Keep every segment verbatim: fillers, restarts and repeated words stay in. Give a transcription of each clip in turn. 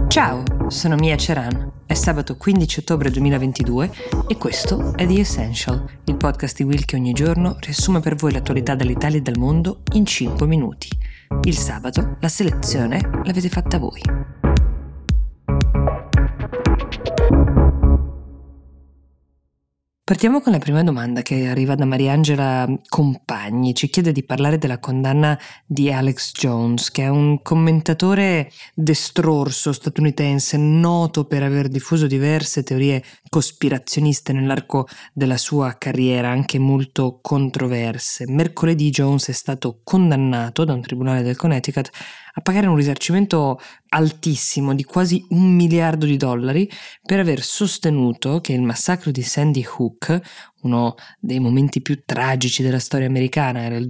Ciao, sono Mia Ceran. È sabato quindici ottobre duemilaventidue e questo è The Essential, il podcast di Will che ogni giorno riassume per voi l'attualità dall'Italia e dal mondo in cinque minuti. Il sabato la selezione l'avete fatta voi. Partiamo con la prima domanda che arriva da Mariangela Compagni. Ci chiede di parlare della condanna di Alex Jones, che è un commentatore destrorso statunitense noto per aver diffuso diverse teorie cospirazioniste nell'arco della sua carriera, anche molto controverse. Mercoledì Jones è stato condannato da un tribunale del Connecticut a pagare un risarcimento altissimo di quasi un miliardo di dollari per aver sostenuto che il massacro di Sandy Hook, uno dei momenti più tragici della storia americana, era il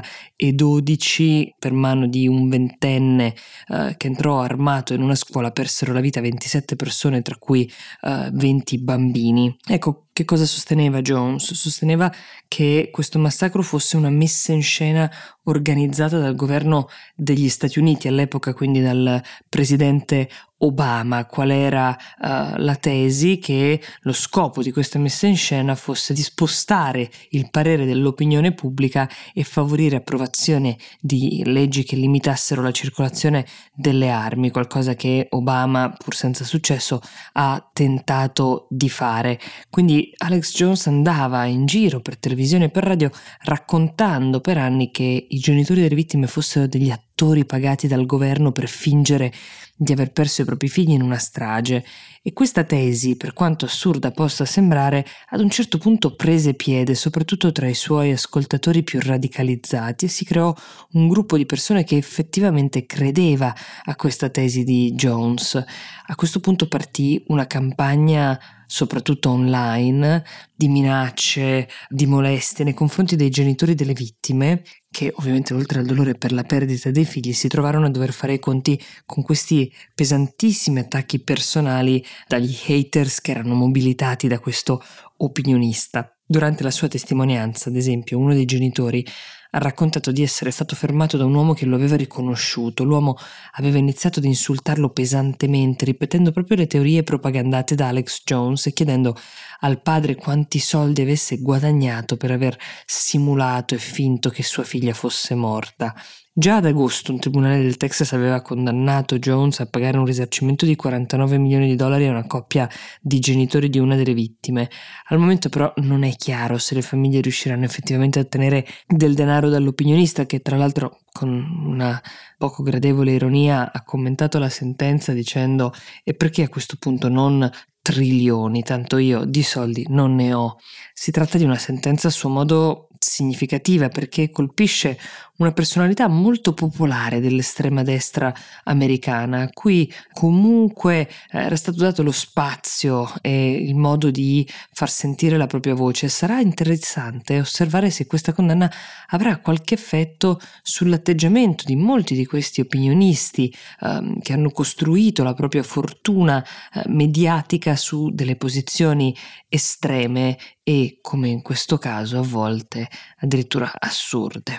duemiladodici, per mano di un ventenne eh, che entrò armato in una scuola, persero la vita ventisette persone, tra cui eh, venti bambini. Ecco, che cosa sosteneva Jones? Sosteneva che questo massacro fosse una messa in scena organizzata dal governo degli Stati Uniti all'epoca, quindi dal presidente Obama. Qual era uh, la tesi? Che lo scopo di questa messa in scena fosse di spostare il parere dell'opinione pubblica e favorire approvazione di leggi che limitassero la circolazione delle armi, qualcosa che Obama, pur senza successo, ha tentato di fare. Quindi Alex Jones andava in giro per televisione e per radio raccontando per anni che i genitori delle vittime fossero degli attori pagati dal governo per fingere di aver perso i propri figli in una strage, e questa tesi, per quanto assurda possa sembrare, ad un certo punto prese piede soprattutto tra i suoi ascoltatori più radicalizzati e si creò un gruppo di persone che effettivamente credeva a questa tesi di Jones. A questo punto partì una campagna, soprattutto online, di minacce, di molestie nei confronti dei genitori delle vittime, che ovviamente oltre al dolore per la perdita dei figli si trovarono a dover fare i conti con questi pesantissimi attacchi personali dagli haters che erano mobilitati da questo opinionista. Durante la sua testimonianza, ad esempio, uno dei genitori ha raccontato di essere stato fermato da un uomo che lo aveva riconosciuto. L'uomo aveva iniziato ad insultarlo pesantemente, ripetendo proprio le teorie propagandate da Alex Jones e chiedendo al padre quanti soldi avesse guadagnato per aver simulato e finto che sua figlia fosse morta. Già ad agosto un tribunale del Texas aveva condannato Jones a pagare un risarcimento di quarantanove milioni di dollari a una coppia di genitori di una delle vittime. Al momento però non è chiaro se le famiglie riusciranno effettivamente a ottenere del denaro dall'opinionista, che tra l'altro con una poco gradevole ironia ha commentato la sentenza dicendo: e perché a questo punto non trilioni, tanto io di soldi non ne ho. Si tratta di una sentenza a suo modo significativa perché colpisce una personalità molto popolare dell'estrema destra americana, a cui comunque era stato dato lo spazio e il modo di far sentire la propria voce. Sarà interessante osservare se questa condanna avrà qualche effetto sull'atteggiamento di molti di questi opinionisti ehm, che hanno costruito la propria fortuna eh, mediatica su delle posizioni estreme e, come in questo caso, a volte addirittura assurde.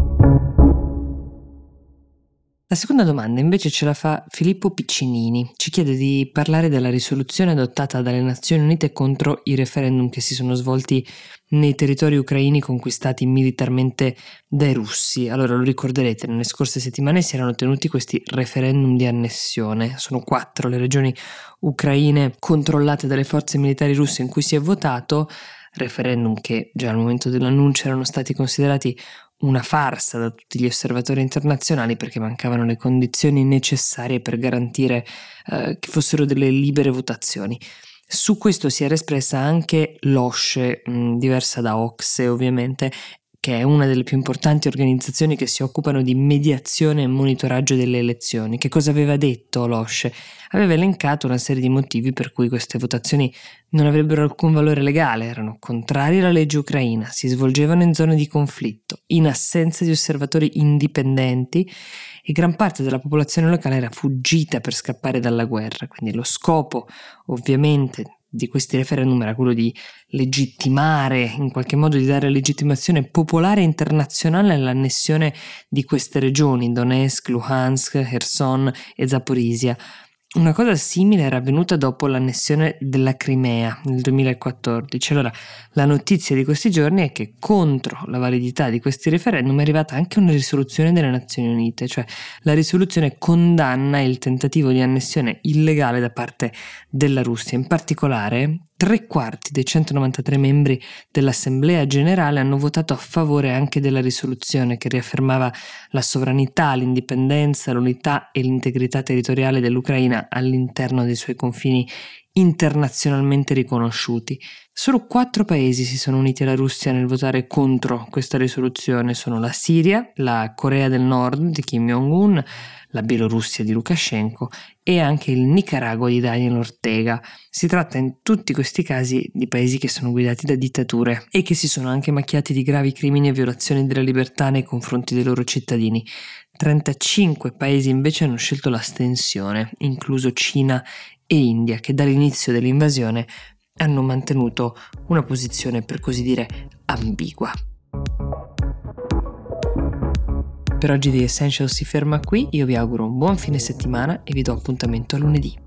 La seconda domanda invece ce la fa Filippo Piccinini. Ci chiede di parlare della risoluzione adottata dalle Nazioni Unite contro i referendum che si sono svolti nei territori ucraini conquistati militarmente dai russi. Allora, lo ricorderete, nelle scorse settimane si erano tenuti questi referendum di annessione. Sono quattro le regioni ucraine controllate dalle forze militari russe in cui si è votato, referendum che già al momento dell'annuncio erano stati considerati una farsa da tutti gli osservatori internazionali perché mancavano le condizioni necessarie per garantire eh, che fossero delle libere votazioni. Su questo si era espressa anche l'OSCE, mh, diversa da OCSE ovviamente, che è una delle più importanti organizzazioni che si occupano di mediazione e monitoraggio delle elezioni. Che cosa aveva detto l'OSCE? Aveva elencato una serie di motivi per cui queste votazioni non avrebbero alcun valore legale, erano contrarie alla legge ucraina, si svolgevano in zone di conflitto, in assenza di osservatori indipendenti e gran parte della popolazione locale era fuggita per scappare dalla guerra. Quindi lo scopo, ovviamente, di questi referendum era quello di legittimare, in qualche modo di dare legittimazione popolare e internazionale all'annessione di queste regioni, Donetsk, Luhansk, Kherson e Zaporizhia. Una cosa simile era avvenuta dopo l'annessione della Crimea nel duemilaquattordici. Allora, la notizia di questi giorni è che contro la validità di questi referendum è arrivata anche una risoluzione delle Nazioni Unite, cioè la risoluzione condanna il tentativo di annessione illegale da parte della Russia. In particolare, tre quarti dei centonovantatré membri dell'Assemblea Generale hanno votato a favore anche della risoluzione che riaffermava la sovranità, l'indipendenza, l'unità e l'integrità territoriale dell'Ucraina all'interno dei suoi confini internazionalmente riconosciuti. Solo quattro paesi si sono uniti alla Russia nel votare contro questa risoluzione: sono la Siria, la Corea del Nord di Kim Jong-un, la Bielorussia di Lukashenko e anche il Nicaragua di Daniel Ortega. Si tratta in tutti questi casi di paesi che sono guidati da dittature e che si sono anche macchiati di gravi crimini e violazioni della libertà nei confronti dei loro cittadini. trentacinque paesi invece hanno scelto l'astensione, incluso Cina e India, che dall'inizio dell'invasione hanno mantenuto una posizione per così dire ambigua. Per oggi The Essential si ferma qui, io vi auguro un buon fine settimana e vi do appuntamento a lunedì.